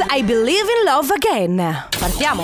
I Believe in Love Again. Partiamo.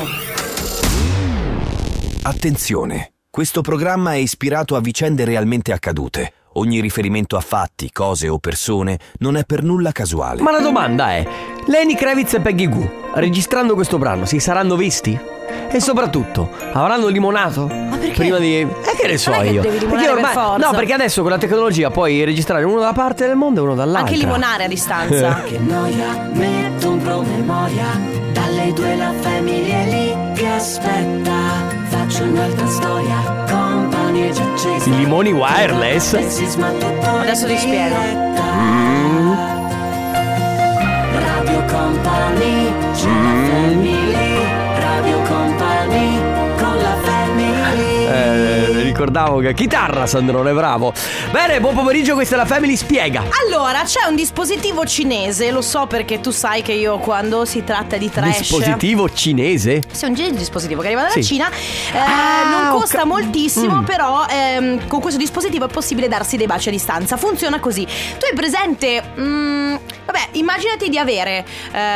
Attenzione, questo programma è ispirato a vicende realmente accadute. Ogni riferimento a fatti, cose o persone non è per nulla casuale. Ma la domanda è: Lenny Kravitz e Peggy Gou, registrando questo brano, si saranno visti? E soprattutto, avranno limonato? Ma perché? Prima di... che ne so non è io. che devi limonare Perché per forza. No, perché adesso con la tecnologia puoi registrare uno da una parte del mondo e uno dall'altra. Anche limonare a distanza. Che noia, metto un promemoria. Dalle 2 la famiglia è lì che aspetta. Faccio un'altra storia, compagnia già accesa. I limoni wireless. Adesso ti spiego. Radio Company, c'è la family. Radio Company, con la family. Ricordavo che chitarra Sandrone, bravo. Bene, buon pomeriggio, questa è la Family Spiega. Allora, c'è un dispositivo cinese, lo so perché tu sai che io quando si tratta di trash... Dispositivo cinese? Sì, un dispositivo che arriva dalla Sì. Cina, non costa moltissimo, però con questo dispositivo è possibile darsi dei baci a distanza. Funziona così. Tu hai presente... vabbè, immaginati di avere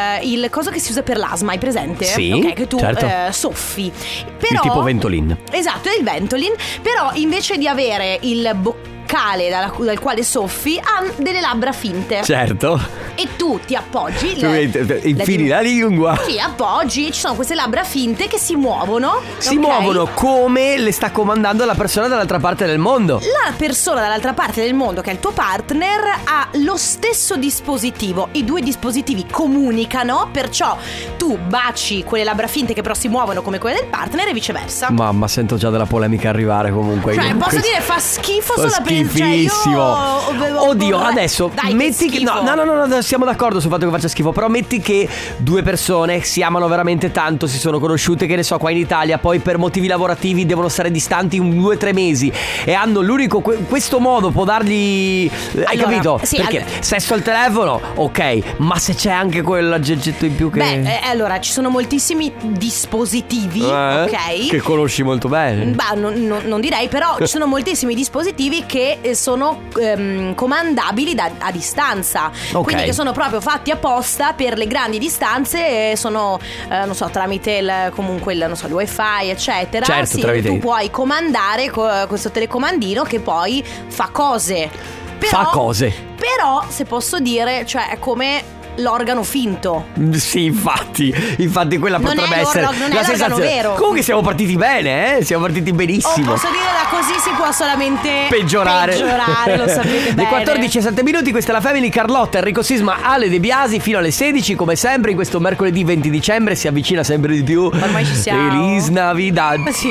il coso che si usa per l'asma, hai presente? Sì, Ok, che tu certo. Soffi. Però, Il tipo Ventolin. Esatto, è il Ventolin. Però invece di avere il boccale dal quale soffi, ha delle labbra finte. Certo. E tu ti appoggi, Infili la lingua. sì, appoggi, ci sono queste labbra finte che si muovono. Si ok? muovono come le sta comandando la persona dall'altra parte del mondo. La persona dall'altra parte del mondo, che è il tuo partner, ha lo stesso dispositivo. I due dispositivi comunicano, perciò tu baci quelle labbra finte che però si muovono come quelle del partner e viceversa. Mamma, sento già della polemica arrivare comunque. Cioè, posso Questo- dire, fa schifo fa solo a schifissimo. Oddio, adesso Dai, metti che che no, siamo d'accordo sul fatto che faccia schifo, però metti che due persone si amano veramente tanto, si sono conosciute, che ne so, qua in Italia, poi per motivi lavorativi devono stare distanti 2 o 3 mesi e hanno l'unico questo modo può dargli hai Allora, capito? sì, Perché sesso al telefono, ok, ma se c'è anche quell'aggetto in più che Beh, allora, ci sono moltissimi dispositivi, ok? che conosci molto bene. Bah, non direi, però ci sono moltissimi dispositivi che sono comandabili a distanza. Ok. Quindi che sono proprio fatti apposta per le grandi distanze, sono non so, tramite comunque il wifi eccetera. Certo, sì, tramite- tu puoi comandare questo telecomandino che poi fa cose. Fa cose. Però, se posso dire, cioè è come l'organo finto. Sì, infatti quella Non potrebbe è essere non è la l'organo sensazione. vero. Comunque siamo partiti bene, siamo partiti benissimo. Posso dire da così si può solamente Peggiorare, lo sapete bene. Le 14:07 minuti, questa è la Family. Carlotta, Enrico Sisma, Ale De Biasi fino alle 16 come sempre in questo mercoledì 20 dicembre. Si avvicina sempre di più. Ormai ci siamo. Feliz Navidad. Sì.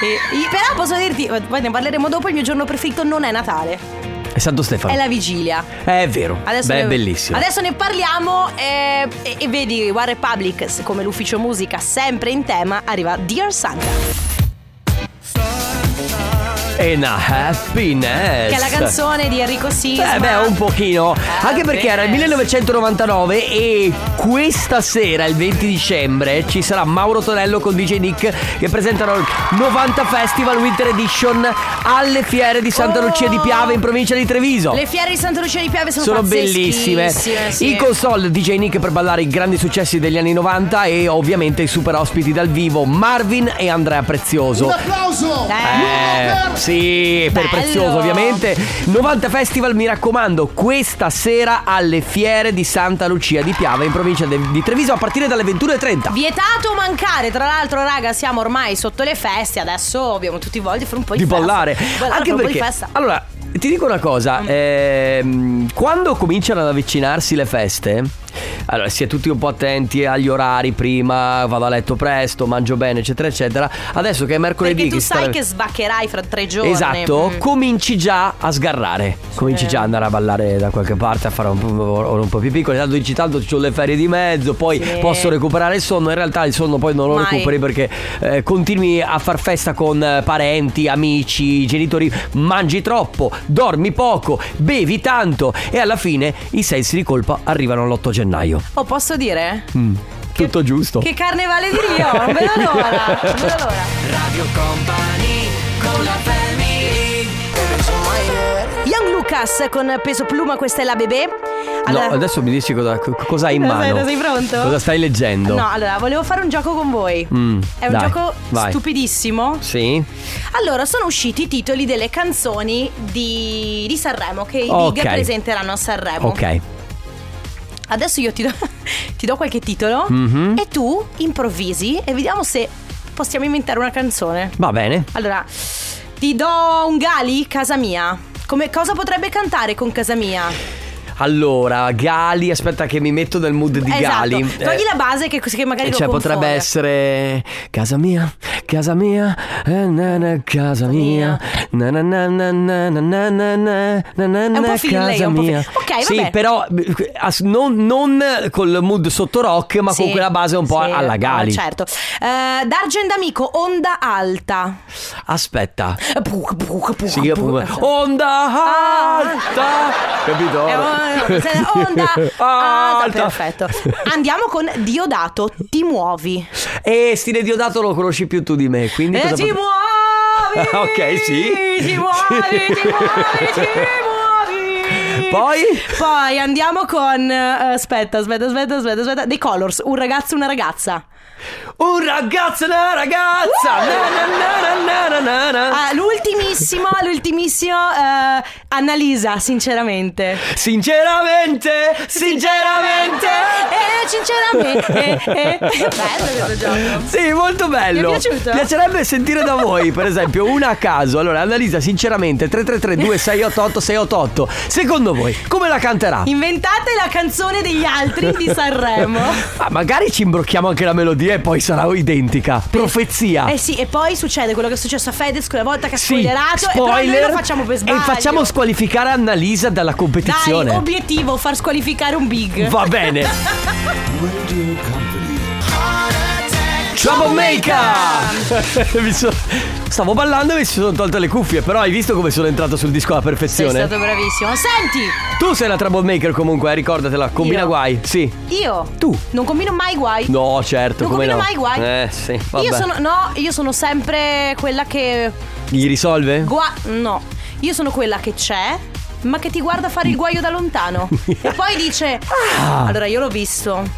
Però posso dirti, poi ne parleremo dopo, il mio giorno preferito non è Natale, È Santo Stefano. è la vigilia. È vero. Adesso Beh, è bellissimo. Adesso ne parliamo e vedi One Republic come l'ufficio musica sempre in tema. Arriva Dear Santa, And a happiness, che è la canzone di Enrico Sisma. un pochino. Anche perché era il 1999 e questa sera, il 20 dicembre, ci sarà Mauro Tonello con DJ Nick che presentano il 90 Festival Winter Edition alle Fiere di Santa Lucia di Piave in provincia di Treviso. Le fiere di Santa Lucia di Piave sono bellissime. sì. In console DJ Nick per ballare i grandi successi degli anni 90 e ovviamente i super ospiti dal vivo Marvin e Andrea Prezioso. Un applauso! Sì, per Bello. Prezioso ovviamente. 90 Festival, mi raccomando, questa sera alle Fiere di Santa Lucia di Piave in provincia di Treviso a partire dalle 21:30. Vietato mancare. Tra l'altro, raga, siamo ormai sotto le feste. Adesso abbiamo tutti voglia di fare un po' di festa. Ballare. Anche un po' di perché festa. allora ti dico una cosa, quando cominciano ad avvicinarsi le feste, allora si è tutti un po' attenti agli orari, prima vado a letto presto, mangio bene eccetera eccetera. Adesso che è mercoledì, Perché tu che si sai sta- che sbaccherai fra 3 giorni. Esatto, cominci già a sgarrare, cominci già ad andare a ballare da qualche parte, a fare un po' più piccoli. Tanto dici, tanto ci ho le ferie di mezzo, poi Sì. posso recuperare il sonno. In realtà il sonno poi non lo Mai. recuperi perché continui a far festa con parenti, amici, genitori, mangi troppo, dormi poco, bevi tanto e alla fine i sensi di colpa arrivano all'8 gennaio. Oh, posso dire? Tutto giusto. Che carnevale di Rio, non vedo l'ora. Non vedo l'ora. Radio Company, con la family. Young Lucas con Peso Pluma, questa è la bebè. Allora, no, adesso mi dici cosa hai in mano. Sei pronto? Cosa stai leggendo? No, allora, volevo fare un gioco con voi. È un gioco stupidissimo. Sì. Allora, sono usciti i titoli delle canzoni di Sanremo, che i big presenteranno a Sanremo. Ok. Adesso io ti do qualche titolo e tu improvvisi e vediamo se possiamo inventare una canzone. Va bene. Allora, ti do un Gali, Casa Mia. Cosa potrebbe cantare con Casa Mia? Allora, Gali, aspetta che mi metto nel mood di Gali. Togli la base che magari lo cioè confonde. potrebbe essere casa mia, casa mia, casa mia, È un po' Finlay, un po' mia. Ok, sì, vabbè. però non col mood sotto rock, ma con quella base un po' alla Gali. Certo. D'Argent D'Amico, Onda Alta. Aspetta. Puca. Sì, onda alta. Capito? Onda alta. Perfetto. Andiamo con Diodato, Ti muovi. Stile Diodato lo conosci più tu di me, quindi ti muovi. Ok, sì. Ti muovi. Poi andiamo con aspetta, dei Colors, Un ragazzo, una ragazza. Un ragazzo, una ragazza. L'ultimissimo Annalisa, sinceramente. Sinceramente. Bello questo gioco. Sì, molto bello. Mi è piaciuto? Piacerebbe sentire da voi, per esempio, una a caso. Allora, Annalisa, sinceramente, 333-2688-688. Secondo voi, come la canterà? Inventate la canzone degli altri di Sanremo. Magari ci imbrocchiamo anche la melodia e poi sarà identica. Profezia. Sì, e poi succede quello che è successo a Fedez quella volta che ha spoilerato. Spoiler, e però noi lo facciamo per sbaglio. E facciamo squalificare Annalisa dalla competizione. Dai, obiettivo, far squalificare un big. Va bene. Troublemaker. Stavo ballando e mi si sono tolte le cuffie, però hai visto come sono entrato sul disco alla perfezione? Sei stato bravissimo. Senti, tu sei la troublemaker comunque, ricordatela. Combina guai. Sì. Io? Tu? Non combino mai guai. No, certo. Non come combino no? mai guai. Sì, vabbè. Io sono sempre quella che gli risolve? No, io sono quella che c'è, ma che ti guarda fare il guaio da lontano. E poi dice allora io l'ho visto.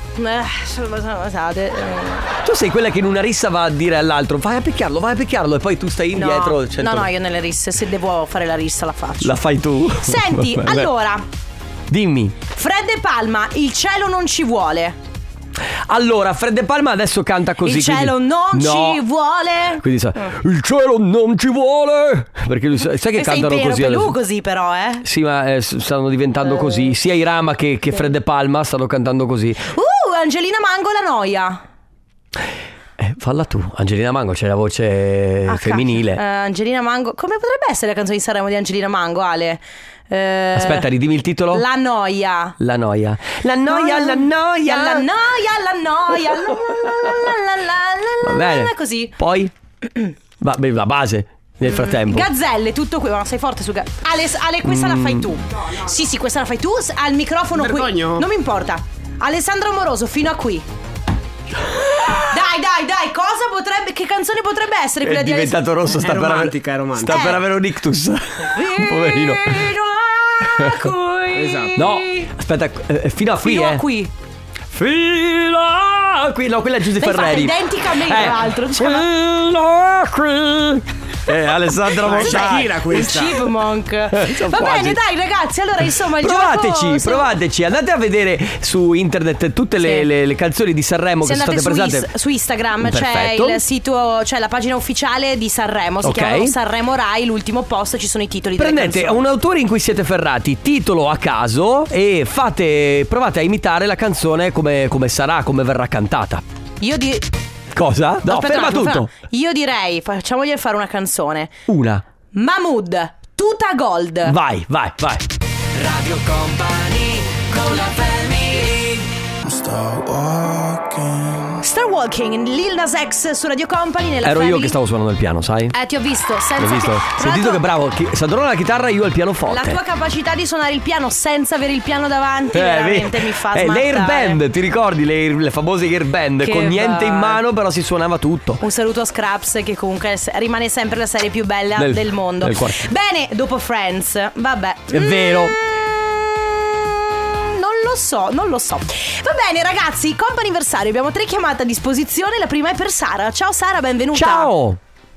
Tu sei quella che in una rissa va a dire all'altro vai a picchiarlo e poi tu stai indietro. No, io nelle risse, se devo fare la rissa la faccio. La fai tu. Senti, allora dimmi. Fred De Palma, Il cielo non ci vuole. Allora, Fred De Palma adesso canta così. Il cielo non ci vuole. Quindi sa, il cielo non ci vuole. Perché lui, sai che cantano così adesso? Così però, Sì, ma stanno diventando così. Sia i Rama che Fred De Palma stanno cantando così. Angelina Mango, La noia. Falla tu. Angelina Mango c'è la voce femminile. Angelina Mango. Come potrebbe essere la canzone di Sanremo di Angelina Mango, Ale? Aspetta, ridimmi il titolo. La noia. La noia. Va bene. Così. Poi la base nel frattempo. Gazzelle, tutto qui. Ma sei forte su Ale, questa la fai tu. Sì, questa la fai tu. Al microfono qui. Non mi importa. Alessandro Amoroso, fino a qui. Dai, che canzone potrebbe essere quella di Alessandro? È diventato rosso, è romantica. Sta per avere un ictus. Poverino. Esatto. No, aspetta, fino a qui. Fino a qui. Fino a qui. No, quella è Giuseppe Ferreri. Identica a me, tra l'altro. Fino a qui. Alessandra Shakira questa. Un chipmunk. Va bene, dai ragazzi, allora insomma il provateci, andate a vedere su internet tutte le canzoni di Sanremo che sono state presentate su Instagram. Perfetto. C'è il sito, c'è la pagina ufficiale di Sanremo, si chiama Sanremo Rai, l'ultimo post ci sono i titoli delle canzoni. Prendete un autore in cui siete ferrati, titolo a caso e provate a imitare la canzone come sarà, come verrà cantata. Cosa? No, ferma tutto. Io direi, facciamogli fare una canzone. Una. Mahmood, Tuta Gold. Vai. Radio Company con la family. Star Walking, Lil Nas X su Radio Company nella Ero Family. io che stavo suonando il piano, sai? Ti ho visto, senza L'hai visto? Sentito che bravo, Sandrone la chitarra, io il pianoforte. La tua capacità di suonare il piano senza avere il piano davanti veramente mi fa smattare. L'air band, ti ricordi le famose air band? Che con niente in va. mano, però si suonava tutto. Un saluto a Scraps, che comunque rimane sempre la serie più bella del mondo. Bene, dopo Friends, vabbè. È vero. Non lo so. Va bene ragazzi, comp'anniversario, abbiamo 3 chiamate a disposizione. La prima è per Sara. Ciao Sara, benvenuta. Ciao.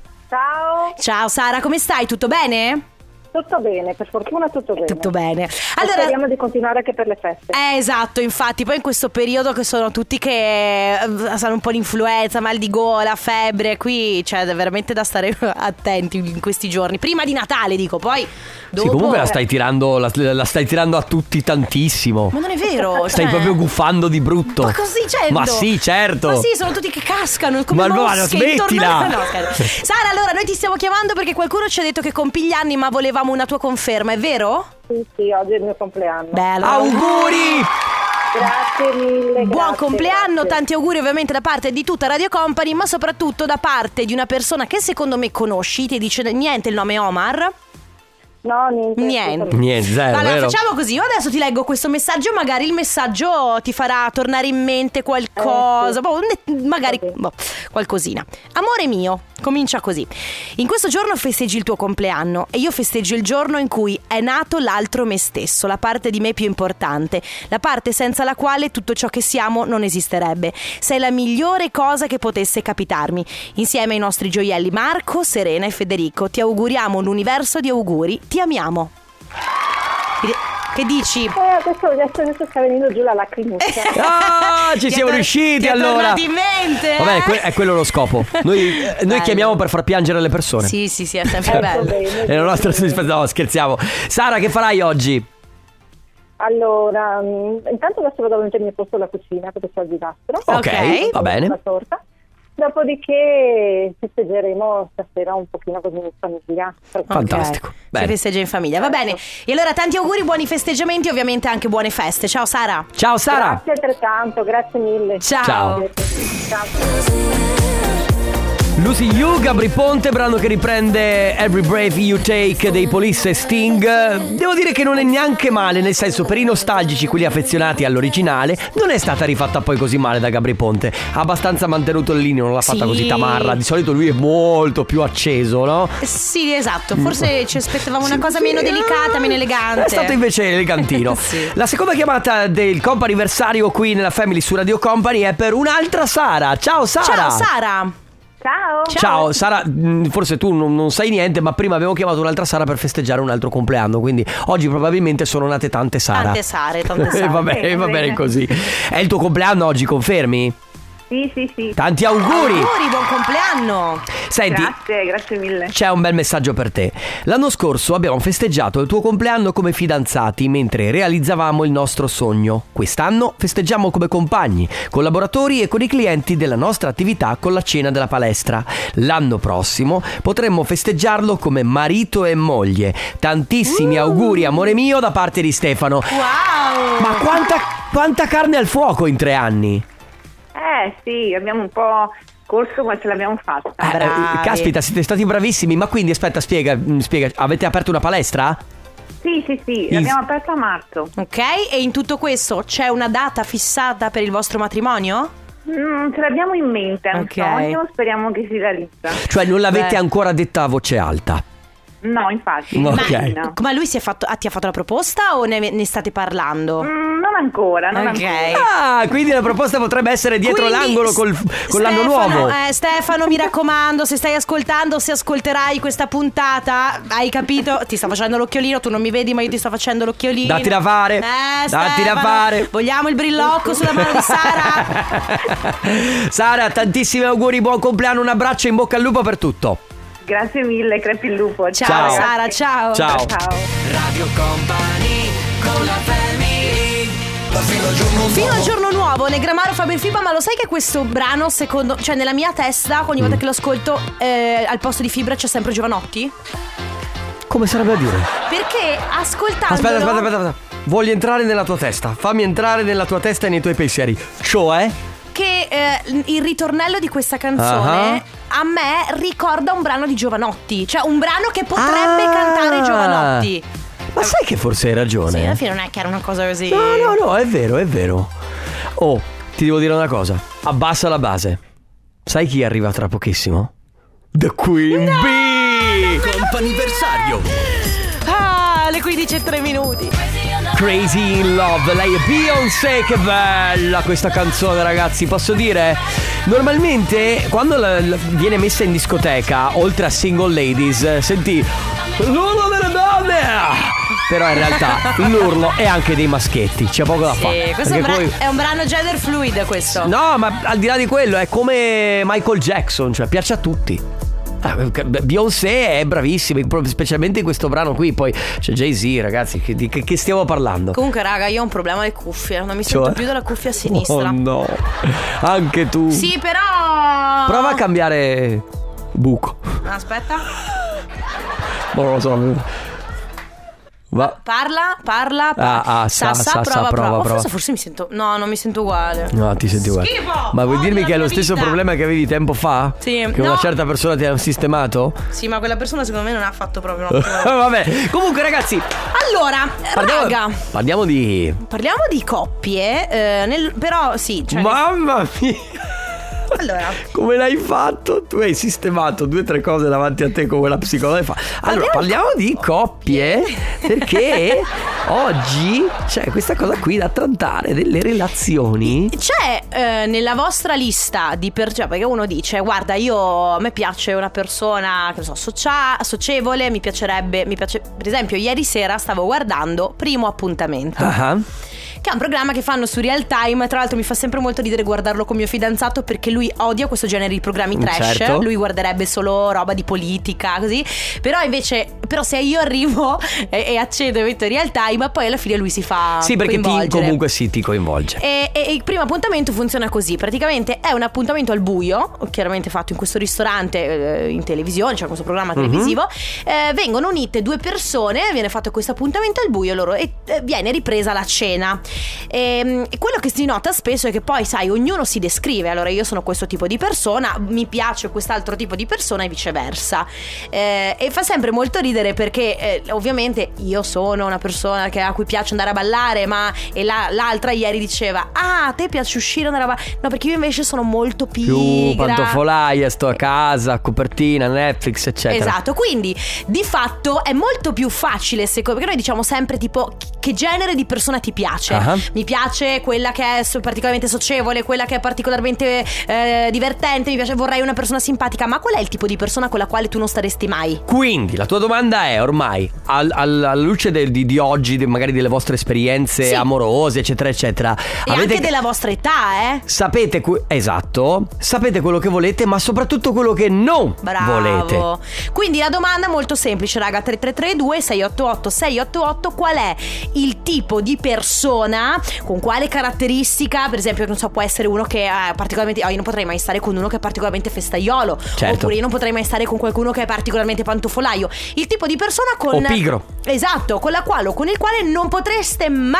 Ciao Sara, come stai? Tutto bene? Tutto bene, per fortuna tutto bene. Tutto bene. Allora, speriamo di continuare anche per le feste. Esatto, infatti, poi in questo periodo che sono tutti che sanno un po' di influenza, mal di gola, febbre, qui c'è veramente da stare attenti in questi giorni. Prima di Natale, dico, poi dopo. Sì, comunque la stai tirando a tutti tantissimo. Ma non è vero. Stai proprio guffando di brutto. Ma così dicendo? Ma sì, certo. Ma sì, sono tutti che cascano come mosche smettila. No, Sara, allora noi ti stiamo chiamando perché qualcuno ci ha detto che compi gli anni, ma volevamo una tua conferma, è vero? Sì, oggi è il mio compleanno. Bello. Auguri! Grazie mille. Buon compleanno, grazie. tanti auguri ovviamente da parte di tutta Radio Company, ma soprattutto da parte di una persona che secondo me conosci. Ti dice niente il nome Omar? No, niente, zero. Allora vero? facciamo così, io adesso ti leggo questo messaggio, magari il messaggio ti farà tornare in mente qualcosa, magari qualcosina. Amore mio, comincia così. In questo giorno festeggi il tuo compleanno e io festeggio il giorno in cui è nato l'altro me stesso, la parte di me più importante, la parte senza la quale tutto ciò che siamo non esisterebbe. Sei la migliore cosa che potesse capitarmi. Insieme ai nostri gioielli Marco, Serena e Federico ti auguriamo un universo di auguri. Ti amiamo. Che dici? Adesso sta venendo giù la lacrimuccia. Ci siamo riusciti allora. Ti mente, Vabbè, è quello lo scopo. Noi chiamiamo per far piangere le persone. Sì, è sempre bello. È la nostra soddisfazione. No, scherziamo. Sara, che farai oggi? Allora, intanto adesso vado a mettere il mio posto alla cucina perché c'è il disastro. Ok, va bene. La torta. Dopodiché festeggeremo stasera un pochino con in famiglia. Fantastico. Si festeggia in famiglia, va bene. E allora tanti auguri, buoni festeggiamenti, ovviamente anche buone feste. Ciao Sara. Ciao Sara. Grazie altrettanto, grazie mille. Ciao. Lucy Liu, Gabry Ponte, brano che riprende Every Breath You Take dei Police e Sting. Devo dire che non è neanche male, nel senso, per i nostalgici, quelli affezionati all'originale, non è stata rifatta poi così male da Gabry Ponte. Ha abbastanza mantenuto il linea, non l'ha fatta così tamarra. Di solito lui è molto più acceso, no? Sì, esatto, forse ci aspettavamo una cosa meno delicata, meno elegante. È stato invece elegantino. Sì. La seconda chiamata del comp'anniversario qui nella Family su Radio Company è per un'altra Sara. Ciao Sara. Ciao Sara. Ciao Sara, forse tu non sai niente, ma prima abbiamo chiamato un'altra Sara per festeggiare un altro compleanno, quindi oggi probabilmente sono nate tante Sara. Tante Sare. Va bene così. È il tuo compleanno oggi, confermi? Sì. Tanti auguri. Buon compleanno. Senti, Grazie mille. c'è un bel messaggio per te. L'anno scorso abbiamo festeggiato il tuo compleanno come fidanzati mentre realizzavamo il nostro sogno. Quest'anno festeggiamo come compagni, collaboratori e con i clienti della nostra attività con la cena della palestra. L'anno prossimo potremmo festeggiarlo come marito e moglie. Tantissimi auguri, amore mio, da parte di Stefano. Wow. Ma quanta carne al fuoco in 3 anni? Sì, abbiamo un po' corso, ma ce l'abbiamo fatta. Caspita, siete stati bravissimi. Ma quindi aspetta, spiega, avete aperto una palestra? Sì, l'abbiamo aperta a marzo. Ok, e in tutto questo c'è una data fissata per il vostro matrimonio? Ce l'abbiamo in mente, è un sogno, speriamo che si realizza. Cioè non l'avete ancora detta a voce alta? No, infatti. Ok. Ma lui ti ha fatto la proposta o ne state parlando? Non ancora. Ah, quindi la proposta potrebbe essere dietro l'angolo con l'anno nuovo. Stefano, mi raccomando, se stai ascoltando, se ascolterai questa puntata, hai capito? Ti sto facendo l'occhiolino, tu non mi vedi ma io ti sto facendo l'occhiolino. Datti da fare. Datti da fare. Vogliamo il brillocco sulla mano di Sara? Sara, tantissimi auguri, buon compleanno, un abbraccio, in bocca al lupo per tutto. Grazie mille, crepi il lupo. Ciao Sara, ciao. Radio Company con la Family. Fino al giorno nuovo, Negramaro, Fabio Fiba. Ma lo sai che questo brano, cioè nella mia testa, ogni volta che lo ascolto, al posto di Fibra c'è sempre Giovanotti? Come sarebbe a dire? Perché ascoltandolo Aspetta. Voglio entrare nella tua testa. Fammi entrare nella tua testa e nei tuoi pensieri. Cioè? che il ritornello di questa canzone a me ricorda un brano di Giovanotti, cioè un brano che potrebbe cantare Giovanotti. Ma sai che forse hai ragione? Sì, alla fine non è che era una cosa così. No, è vero. Oh, ti devo dire una cosa. Abbassa la base. Sai chi arriva tra pochissimo? The Queen Bee! Comp'anniversario! Alle 15:03. Crazy in Love. Lei è Beyoncé. Che bella questa canzone, ragazzi. Posso dire, normalmente quando viene messa in discoteca, oltre a Single Ladies, senti l'urlo delle donne, però in realtà l'urlo è anche dei maschetti. C'è poco da fare. Questo è un brano gender fluid, questo. No, ma al di là di quello è come Michael Jackson, cioè piace a tutti. Beyoncé è bravissima, specialmente in questo brano qui. Poi c'è Jay-Z, ragazzi, che stiamo parlando? Comunque, raga, io ho un problema alle cuffie. Non mi sento più dalla cuffia a sinistra. Oh no, anche tu. Sì, però prova a cambiare buco. Aspetta. Non lo so. Va. Parla. Prova. Forse mi sento. No, non mi sento uguale. No, ti senti uguale. Schifo! Ma vuoi dirmi che è lo stesso problema che avevi tempo fa? Sì. Che una certa persona ti ha sistemato? Sì, ma quella persona secondo me non ha fatto proprio Vabbè, comunque ragazzi, allora, parliamo di coppie, però sì, cioè mamma mia. Allora, come l'hai fatto? Tu hai sistemato 2 o 3 cose davanti a te come la psicologa fa. Allora, parliamo di coppie, perché oggi c'è questa cosa qui da trattare, delle relazioni. C'è nella vostra lista di perché uno dice: guarda, a me piace una persona, che non so, socievole, mi piace. Per esempio, ieri sera stavo guardando Primo Appuntamento. Che è un programma che fanno su Real Time. Tra l'altro mi fa sempre molto ridere guardarlo con mio fidanzato, perché lui odia questo genere di programmi trash. Certo. Lui guarderebbe solo roba di politica, così. Però se io arrivo e accedo e metto Real Time, poi alla fine lui si fa sì, perché coinvolgere. ti coinvolge. E il Primo Appuntamento funziona così. Praticamente è un appuntamento al buio, chiaramente fatto in questo ristorante, in televisione, cioè questo programma televisivo. Vengono unite 2 persone, viene fatto questo appuntamento al buio e viene ripresa la cena. E quello che si nota spesso è che poi, sai, ognuno si descrive. Allora, io sono questo tipo di persona, mi piace quest'altro tipo di persona e viceversa. E fa sempre molto ridere perché ovviamente io sono una persona a cui piace andare a ballare, e l'altra ieri diceva: a te piace uscire, andare a ballare? No, perché io invece sono molto pigra, più pantofolaia, sto a casa, copertina, Netflix, eccetera. Esatto, quindi di fatto è molto più facile, perché noi diciamo sempre tipo che genere di persona ti piace. Mi piace quella che è particolarmente socievole, quella che è particolarmente divertente, mi piace, vorrei una persona simpatica. Ma qual è il tipo di persona con la quale tu non staresti mai? Quindi la tua domanda è, ormai alla luce di oggi, magari delle vostre esperienze amorose, eccetera eccetera, e anche della vostra età, sapete sapete quello che volete, ma soprattutto quello che non volete. Quindi la domanda è molto semplice, raga. 3332 688 688. Qual è il tipo di persona, con quale caratteristica? Per esempio, non so, può essere uno che è particolarmente, io non potrei mai stare con uno che è particolarmente festaiolo. Certo. Oppure io non potrei mai stare con qualcuno che è particolarmente pantofolaio. Il tipo di persona o pigro. Esatto, con il quale non potreste mai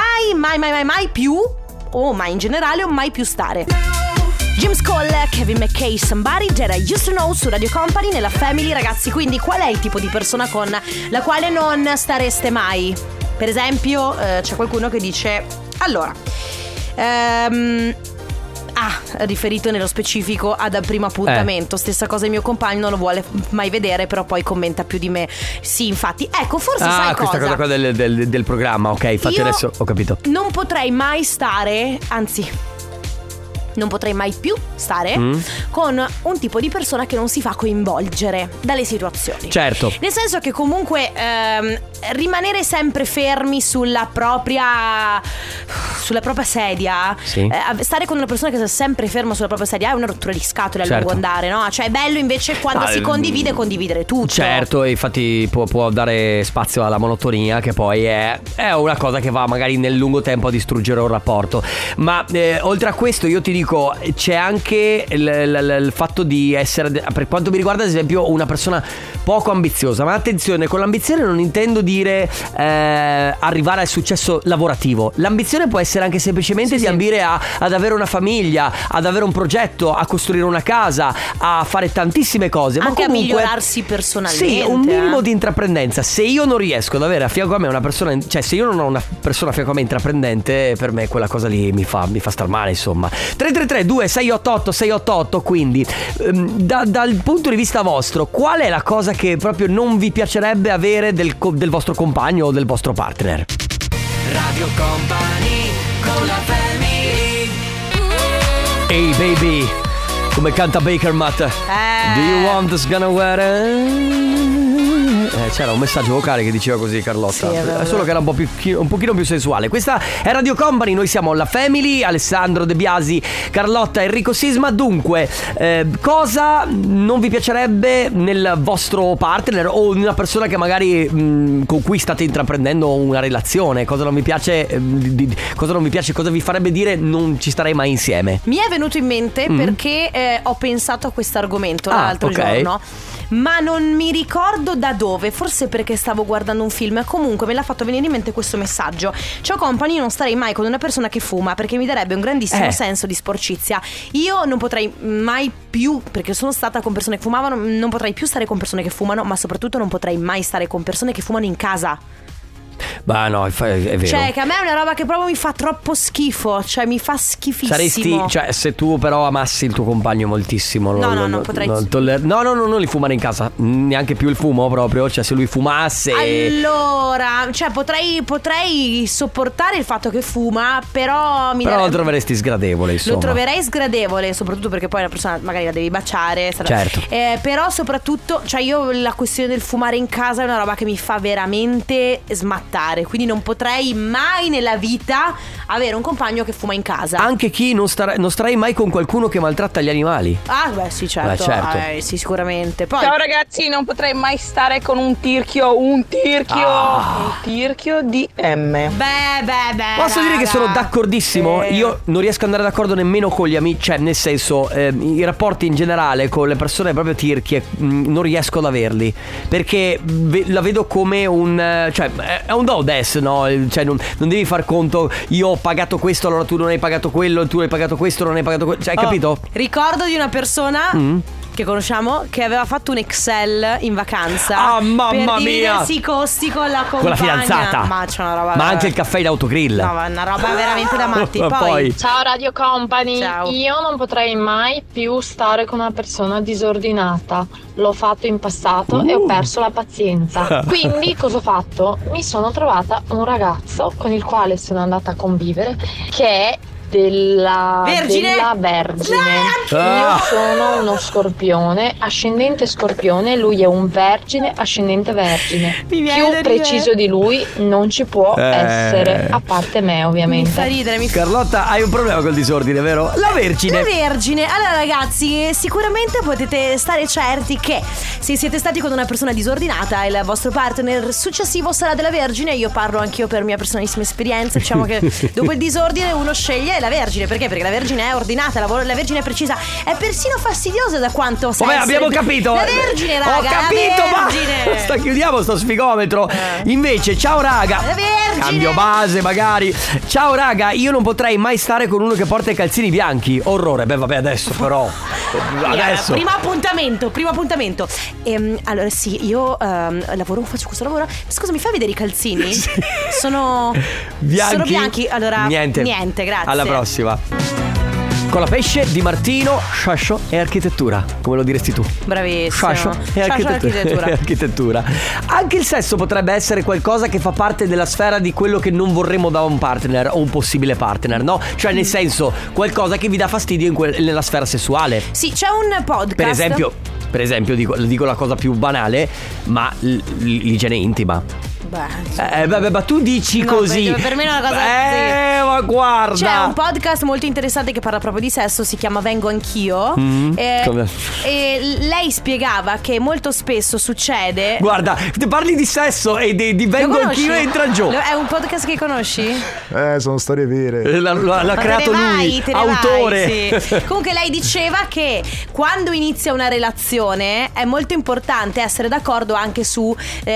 più, o mai in generale, o mai più stare. James Cole, Kevin McKay, Somebody That I Used to Know su Radio Company nella Family, ragazzi. Quindi qual è il tipo di persona con la quale non stareste mai? Per esempio, c'è qualcuno che dice: allora, riferito nello specifico ad Primo Appuntamento. Stessa cosa, il mio compagno non lo vuole mai vedere, però poi commenta più di me. Sì, infatti, ecco, forse sai questa cosa qua del programma, ok, infatti io adesso ho capito. Non potrei mai stare, anzi, non potrei mai più stare con un tipo di persona che non si fa coinvolgere dalle situazioni. Certo. Nel senso che comunque rimanere sempre fermi sulla propria sedia, sì. Stare con una persona che sta sempre ferma sulla propria sedia è una rottura di scatole a lungo andare, no? Cioè è bello invece quando si condividere tutto. Certo, e infatti può dare spazio alla monotonia, che poi è una cosa che va magari nel lungo tempo a distruggere un rapporto. Ma oltre a questo io ti dico dico, c'è anche il fatto di essere, per quanto mi riguarda ad esempio, una persona poco ambiziosa. Ma attenzione, con l'ambizione non intendo dire arrivare al successo lavorativo. L'ambizione può essere anche semplicemente di ambire ad avere una famiglia, ad avere un progetto, a costruire una casa, a fare tantissime cose, anche ma comunque, a migliorarsi personalmente. Sì, un minimo di intraprendenza. Se io non riesco ad avere a fianco a me una persona, cioè se io non ho una persona a fianco a me intraprendente, per me quella cosa lì mi fa star male, insomma. 333-2688-688. Quindi dal punto di vista vostro, qual è la cosa che proprio non vi piacerebbe avere del vostro compagno o del vostro partner? Radio Company con la family. Hey baby, come canta Baker Matt. Do you want this gonna wear? C'era un messaggio vocale che diceva così, Carlotta. Sì, solo che era un pochino più sensuale. Questa è Radio Company, noi siamo la Family, Alessandro De Biasi, Carlotta, Enrico Sisma. Dunque, cosa non vi piacerebbe nel vostro partner o in una persona che magari con cui state intraprendendo una relazione? Cosa non vi piace? Cosa vi farebbe dire non ci starei mai insieme? Mi è venuto in mente perché ho pensato a questo argomento l'altro giorno, ma non mi ricordo da dove. Forse perché stavo guardando un film. Comunque me l'ha fatto venire in mente questo messaggio: ciao company, non starei mai con una persona che fuma, perché mi darebbe un grandissimo senso di sporcizia. Io non potrei mai più, perché sono stata con persone che fumavano, non potrei più stare con persone che fumano, ma soprattutto non potrei mai stare con persone che fumano in casa. Ma no, è vero. Cioè, che a me è una roba che proprio mi fa troppo schifo. Cioè, mi fa schifissimo. Cioè, se tu però amassi il tuo compagno moltissimo, non potrei. Non li fumare in casa. Neanche più il fumo proprio. Cioè, se lui fumasse. Allora, cioè, potrei sopportare il fatto che fuma, però lo troveresti sgradevole, insomma. Lo troverei sgradevole, soprattutto perché poi la persona magari la devi baciare. Certo. Però soprattutto, cioè, io la questione del fumare in casa è una roba che mi fa veramente smattare. Quindi non potrei mai nella vita avere un compagno che fuma in casa. Anche chi non starei mai con qualcuno che maltratta gli animali. Ah, beh, sì, certo. Sì, sicuramente. Poi, ciao ragazzi, non potrei mai stare con un tirchio di M. Beh. Posso dire che sono d'accordissimo. Io non riesco ad andare d'accordo nemmeno con gli amici. Cioè, nel senso, i rapporti in generale con le persone proprio tirchie non riesco ad averli, perché la vedo come cioè, è un do des, no? Cioè, non devi far conto, io ho pagato questo, allora tu non hai pagato quello, tu hai pagato questo, non hai pagato quello. Cioè, hai capito? Ricordo di una persona che conosciamo che aveva fatto un Excel in vacanza mamma per dividersi i costi con la compagna, con la fidanzata. Ma c'è una roba, ma anche il caffè in autogrill. No, una roba veramente da matti. Poi ciao Radio Company. Ciao. Io non potrei mai più stare con una persona disordinata. L'ho fatto in passato e ho perso la pazienza. Quindi cosa ho fatto? Mi sono trovata un ragazzo con il quale sono andata a convivere, che è della Vergine. Io sono uno Scorpione, ascendente Scorpione, lui è un Vergine, ascendente Vergine. Più preciso di lui non ci può essere, a parte me ovviamente. Mi fa ridere. Carlotta, hai un problema col disordine, vero? La Vergine. Allora ragazzi, sicuramente potete stare certi che se siete stati con una persona disordinata, il vostro partner successivo sarà della Vergine. Io parlo anch'io per mia personalissima esperienza. Diciamo che dopo il disordine uno sceglie la Vergine. Perché? Perché la Vergine è ordinata, la Vergine è precisa. È persino fastidiosa da quanto sai. Vabbè, abbiamo capito. La Vergine, raga. Ho capito, la Vergine. ma chiudiamo sto sfigometro. Invece, ciao raga. La Vergine. Cambio base magari. Ciao raga, io non potrei mai stare con uno che porta i calzini bianchi. Orrore. Beh, vabbè, adesso però. Adesso. Primo appuntamento. Allora sì, io faccio questo lavoro. Scusa, mi fai vedere i calzini? Sì. Sono bianchi. Allora niente, grazie. Alla prossima. Con la pesce di Martino, Sciascio e architettura. Come lo diresti tu? Bravissimo. Sciascio e architettura. Anche il sesso potrebbe essere qualcosa che fa parte della sfera di quello che non vorremmo da un partner o un possibile partner, no? Cioè nel senso, qualcosa che vi dà fastidio nella sfera sessuale. Sì, c'è un podcast. Per esempio dico la cosa più banale, ma l'igiene intima. Ma tu dici così. Per me è una cosa ma guarda. C'è un podcast molto interessante che parla proprio di sesso, si chiama Vengo Anch'io. E lei spiegava che molto spesso succede. Guarda, parli di sesso e di Vengo Anch'io e entra giù. È un podcast che conosci? Sono storie vere. L'ha creato lui, autore. Sì. Comunque lei diceva che quando inizia una relazione è molto importante essere d'accordo anche sul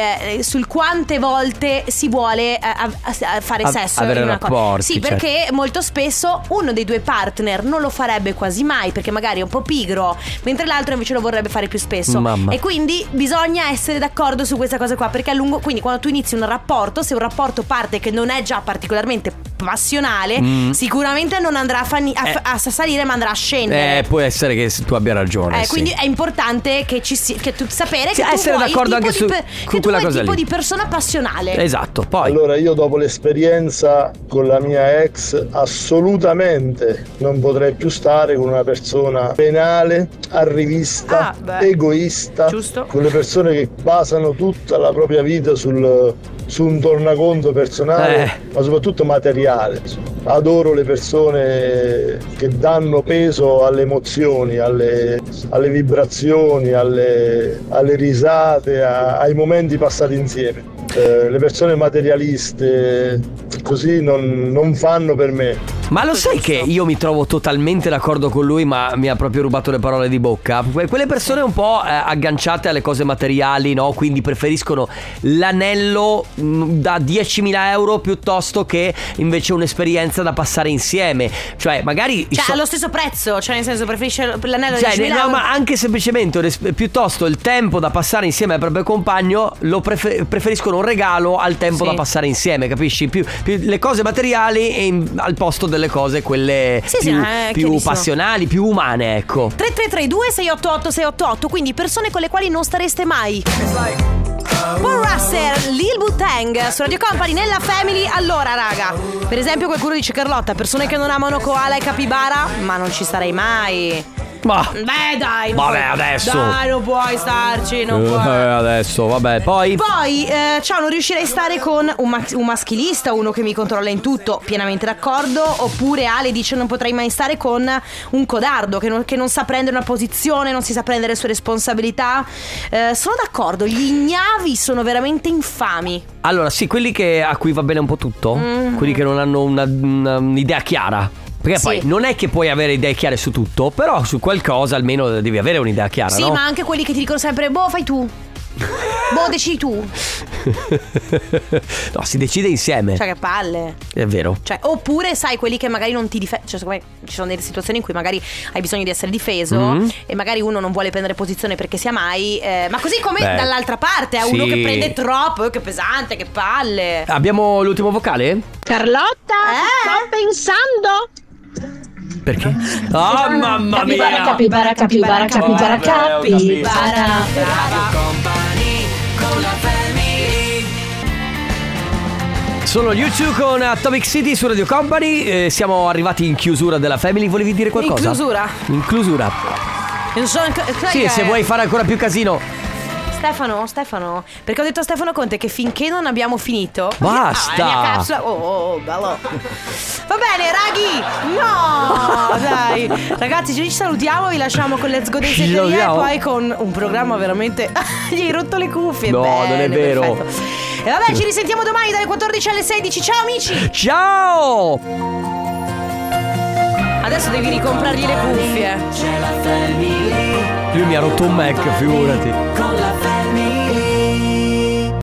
quante volte si vuole fare sesso, avere rapporti. Sì, perché molto spesso uno dei due partner non lo farebbe quasi mai, perché magari è un po' pigro, mentre l'altro invece lo vorrebbe fare più spesso. Mamma. E quindi bisogna essere d'accordo su questa cosa qua, perché a lungo, quindi quando tu inizi un rapporto, se un rapporto parte che non è già particolarmente passionale, sicuramente non andrà a salire, ma andrà a scendere. Può essere che tu abbia ragione. Quindi è importante che che tu sapere che tu essere vuoi d'accordo anche su quella cosa tipo lì. di persona passionale. Esatto. Poi allora io dopo l'esperienza con la mia ex assolutamente non potrei più stare con una persona penale, arrivista, egoista. Giusto. Con le persone che basano tutta la propria vita su un tornaconto personale, ma soprattutto materiale. Adoro le persone che danno peso alle emozioni, alle vibrazioni, alle risate, ai momenti passati insieme. Le persone materialiste così non fanno per me. Ma lo sai che io mi trovo totalmente d'accordo con lui, ma mi ha proprio rubato le parole di bocca. Quelle persone un po' agganciate alle cose materiali, no? Quindi preferiscono l'anello da 10.000 euro piuttosto che invece un'esperienza da passare insieme. Cioè magari allo stesso prezzo, cioè nel senso preferisce l'anello da 10.000 no, euro. ma anche semplicemente piuttosto il tempo da passare insieme al proprio compagno lo preferiscono un regalo al tempo da passare insieme, capisci? Più le cose materiali al posto delle cose quelle più passionali, più umane, ecco. 3332 688 688, quindi persone con le quali non stareste mai. Paul Russell, Lil Wu-Tang su Radio Company nella Family. Allora raga, per esempio qualcuno dice: Carlotta, persone che non amano koala e capibara, ma non ci starei mai. Dai, adesso. Dai, non puoi starci, non puoi. Adesso, vabbè, poi ciao, non riuscirei a stare con un maschilista, uno che mi controlla in tutto, pienamente d'accordo. Oppure Ale dice: non potrei mai stare con un codardo che non sa prendere una posizione, non si sa prendere le sue responsabilità. Sono d'accordo, gli ignavi sono veramente infami. Allora, sì, quelli a cui va bene un po' tutto, quelli che non hanno un'idea chiara. Perché poi non è che puoi avere idee chiare su tutto, però su qualcosa almeno devi avere un'idea chiara, sì, no? ma anche quelli che ti dicono sempre: fai tu. Decidi tu. No, si decide insieme. Cioè, che palle. È vero. Cioè, oppure sai, quelli che magari non ti difendono. Cioè, secondo me ci sono delle situazioni in cui magari hai bisogno di essere difeso e magari uno non vuole prendere posizione perché sia mai ma così come dall'altra parte è uno che prende troppo. Che pesante, che palle. Abbiamo l'ultimo vocale? Carlotta, sto pensando. Perché? Oh mamma mia! Capibara. Sono gli U2 con Atomic City su Radio Company. Siamo arrivati in chiusura della Family. Volevi dire qualcosa? In chiusura. Sì, se vuoi fare ancora più casino. Stefano, perché ho detto a Stefano Conte che finché non abbiamo finito basta. La mia capsula. Bello. Va bene, raghi. No, dai. Ragazzi, ci salutiamo, vi lasciamo con Let's Go dei Setteria e poi con un programma veramente gli hai rotto le cuffie. No, bene, non è vero. Perfetto. E vabbè, ci risentiamo domani dalle 14 alle 16. Ciao amici. Ciao. Adesso devi ricomprargli le cuffie. Lui mi ha rotto un Mac, figurati.